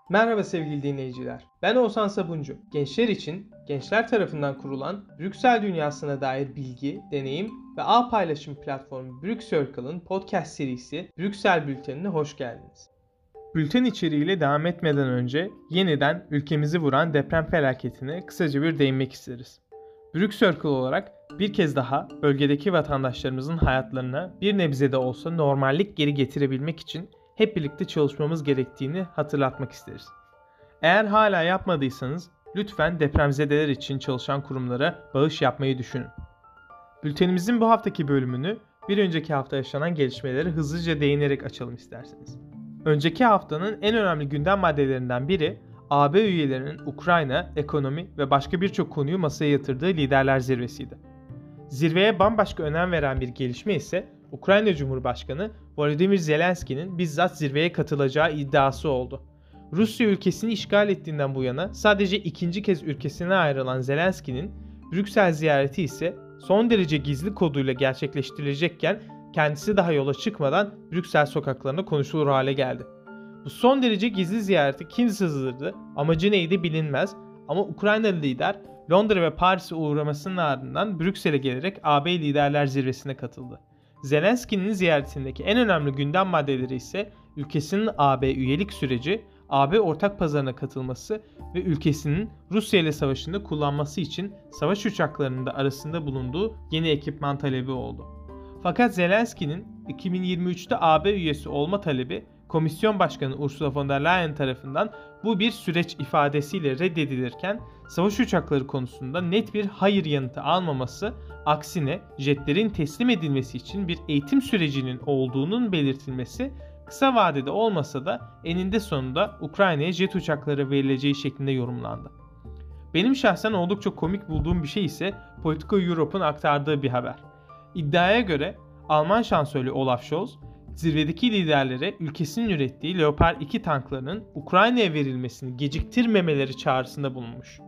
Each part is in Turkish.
Merhaba sevgili dinleyiciler. Ben Oğuzhan Sabuncu. Gençler için gençler tarafından kurulan Brüksel dünyasına dair bilgi, deneyim ve ağ paylaşım platformu Brükcircle'ın podcast serisi Brüksel Bülteni'ne hoş geldiniz. Bülten içeriğiyle devam etmeden önce yeniden ülkemizi vuran deprem felaketine kısaca bir değinmek isteriz. Brükcircle olarak bir kez daha bölgedeki vatandaşlarımızın hayatlarına bir nebze de olsa normallik geri getirebilmek için hep birlikte çalışmamız gerektiğini hatırlatmak isteriz. Eğer hala yapmadıysanız lütfen depremzedeler için çalışan kurumlara bağış yapmayı düşünün. Bültenimizin bu haftaki bölümünü bir önceki hafta yaşanan gelişmeleri hızlıca değinerek açalım isterseniz. Önceki haftanın en önemli gündem maddelerinden biri AB üyelerinin Ukrayna, ekonomi ve başka birçok konuyu masaya yatırdığı liderler zirvesiydi. Zirveye bambaşka önem veren bir gelişme ise Ukrayna Cumhurbaşkanı Volodymyr Zelenski'nin bizzat zirveye katılacağı iddiası oldu. Rusya ülkesini işgal ettiğinden bu yana sadece ikinci kez ülkesine ayrılan Zelenski'nin Brüksel ziyareti ise son derece gizli koduyla gerçekleştirilecekken kendisi daha yola çıkmadan Brüksel sokaklarında konuşulur hale geldi. Bu son derece gizli ziyareti kim sızdırdı, amacı neydi bilinmez ama Ukraynalı lider Londra ve Paris'e uğramasının ardından Brüksel'e gelerek AB Liderler Zirvesi'ne katıldı. Zelenski'nin ziyaretindeki en önemli gündem maddeleri ise ülkesinin AB üyelik süreci, AB ortak pazarına katılması ve ülkesinin Rusya ile savaşında kullanması için savaş uçaklarının da arasında bulunduğu yeni ekipman talebi oldu. Fakat Zelenski'nin 2023'te AB üyesi olma talebi Komisyon Başkanı Ursula von der Leyen tarafından bu bir süreç ifadesiyle reddedilirken savaş uçakları konusunda net bir hayır yanıtı almaması, aksine jetlerin teslim edilmesi için bir eğitim sürecinin olduğunun belirtilmesi kısa vadede olmasa da eninde sonunda Ukrayna'ya jet uçakları verileceği şeklinde yorumlandı. Benim şahsen oldukça komik bulduğum bir şey ise Politico Europe'un aktardığı bir haber. İddiaya göre Alman şansölye Olaf Scholz, zirvedeki liderlere ülkesinin ürettiği Leopard 2 tanklarının Ukrayna'ya verilmesini geciktirmemeleri çağrısında bulunmuş.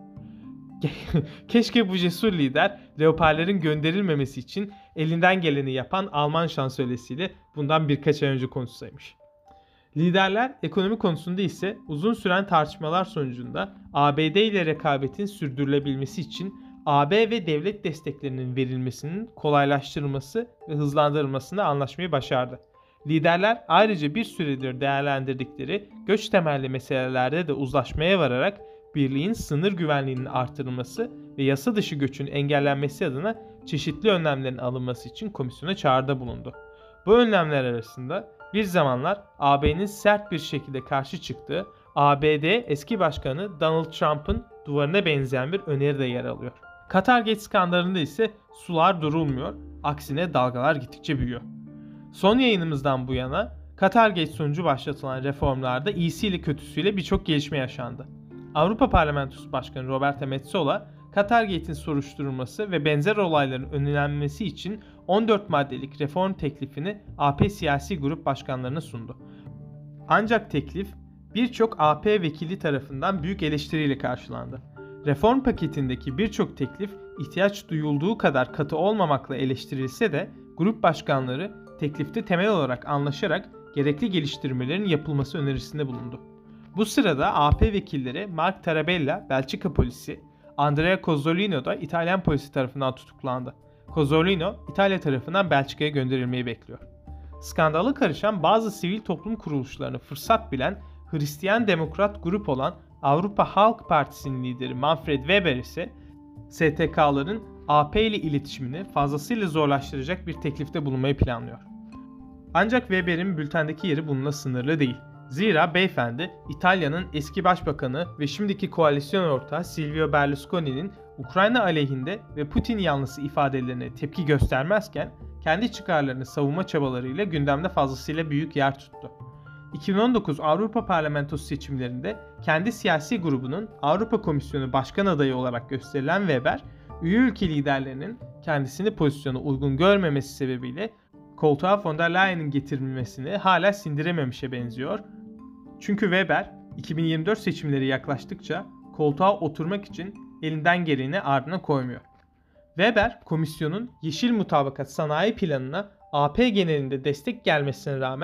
Keşke bu cesur lider Leopard'ların gönderilmemesi için elinden geleni yapan Alman şansölyesiyle bundan birkaç ay önce konuşsaymış. Liderler ekonomi konusunda ise uzun süren tartışmalar sonucunda ABD ile rekabetin sürdürülebilmesi için AB ve devlet desteklerinin verilmesinin kolaylaştırılması ve hızlandırılmasında anlaşmayı başardı. Liderler ayrıca bir süredir değerlendirdikleri göç temelli meselelerde de uzlaşmaya vararak birliğin sınır güvenliğinin artırılması ve yasa dışı göçün engellenmesi adına çeşitli önlemlerin alınması için komisyona çağrıda bulundu. Bu önlemler arasında bir zamanlar AB'nin sert bir şekilde karşı çıktığı ABD eski başkanı Donald Trump'ın duvarına benzeyen bir öneri de yer alıyor. Qatargate skandalında ise sular durulmuyor, aksine dalgalar gittikçe büyüyor. Son yayınımızdan bu yana Qatargate sonucu başlatılan reformlarda iyisiyle kötüsüyle birçok gelişme yaşandı. Avrupa Parlamentosu Başkanı Roberta Metsola, Qatargate'in soruşturulması ve benzer olayların önlenmesi için 14 maddelik reform teklifini AP siyasi grup başkanlarına sundu. Ancak teklif birçok AP vekili tarafından büyük eleştiriyle karşılandı. Reform paketindeki birçok teklif ihtiyaç duyulduğu kadar katı olmamakla eleştirilse de grup başkanları teklifte temel olarak anlaşarak gerekli geliştirmelerin yapılması önerisinde bulundu. Bu sırada AP vekilleri Mark Tarabella, Belçika polisi, Andrea Cozzolino da İtalyan polisi tarafından tutuklandı. Cozzolino, İtalya tarafından Belçika'ya gönderilmeyi bekliyor. Skandala karışan bazı sivil toplum kuruluşlarını fırsat bilen Hristiyan Demokrat grup olan Avrupa Halk Partisi'nin lideri Manfred Weber ise STK'ların AP ile iletişimini fazlasıyla zorlaştıracak bir teklifte bulunmayı planlıyor. Ancak Weber'in bültendeki yeri bununla sınırlı değil. Zira beyefendi İtalya'nın eski başbakanı ve şimdiki koalisyon ortağı Silvio Berlusconi'nin Ukrayna aleyhinde ve Putin yanlısı ifadelerine tepki göstermezken kendi çıkarlarını savunma çabalarıyla gündemde fazlasıyla büyük yer tuttu. 2019 Avrupa Parlamentosu seçimlerinde kendi siyasi grubunun Avrupa Komisyonu Başkan adayı olarak gösterilen Weber, üye ülke liderlerinin kendisini pozisyona uygun görmemesi sebebiyle koltuğa von der Leyen'in getirilmesini hala sindirememişe benziyor. Çünkü Weber 2024 seçimleri yaklaştıkça koltuğa oturmak için elinden geleni ardına koymuyor. Weber, komisyonun Yeşil Mutabakat Sanayi Planı'na AP genelinde destek gelmesine rağmen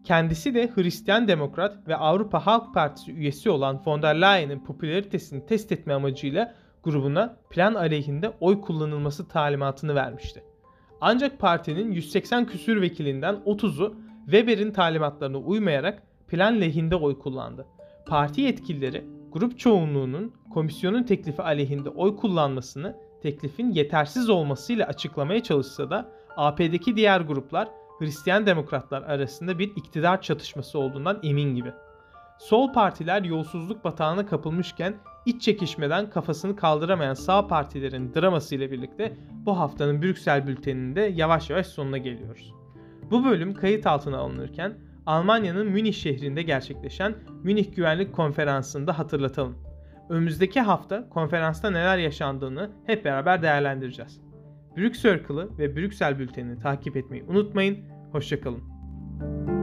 Kendisi de Hristiyan Demokrat ve Avrupa Halk Partisi üyesi olan von der Leyen'in popülaritesini test etme amacıyla grubuna plan aleyhinde oy kullanılması talimatını vermişti. Ancak partinin 180 küsür vekilinden 30'u Weber'in talimatlarına uymayarak plan lehinde oy kullandı. Parti yetkilileri grup çoğunluğunun komisyonun teklifi aleyhinde oy kullanmasını teklifin yetersiz olmasıyla açıklamaya çalışsa da AP'deki diğer gruplar Hristiyan Demokratlar arasında bir iktidar çatışması olduğundan emin gibi. Sol partiler yolsuzluk batağına kapılmışken iç çekişmeden kafasını kaldıramayan sağ partilerin dramasıyla birlikte bu haftanın Brüksel bülteninde yavaş yavaş sonuna geliyoruz. Bu bölüm kayıt altına alınırken Almanya'nın Münih şehrinde gerçekleşen Münih Güvenlik Konferansı'nda hatırlatalım. Önümüzdeki hafta konferansta neler yaşandığını hep beraber değerlendireceğiz. Brüksel Circle'ı ve Brüksel bültenini takip etmeyi unutmayın. Hoşça kalın.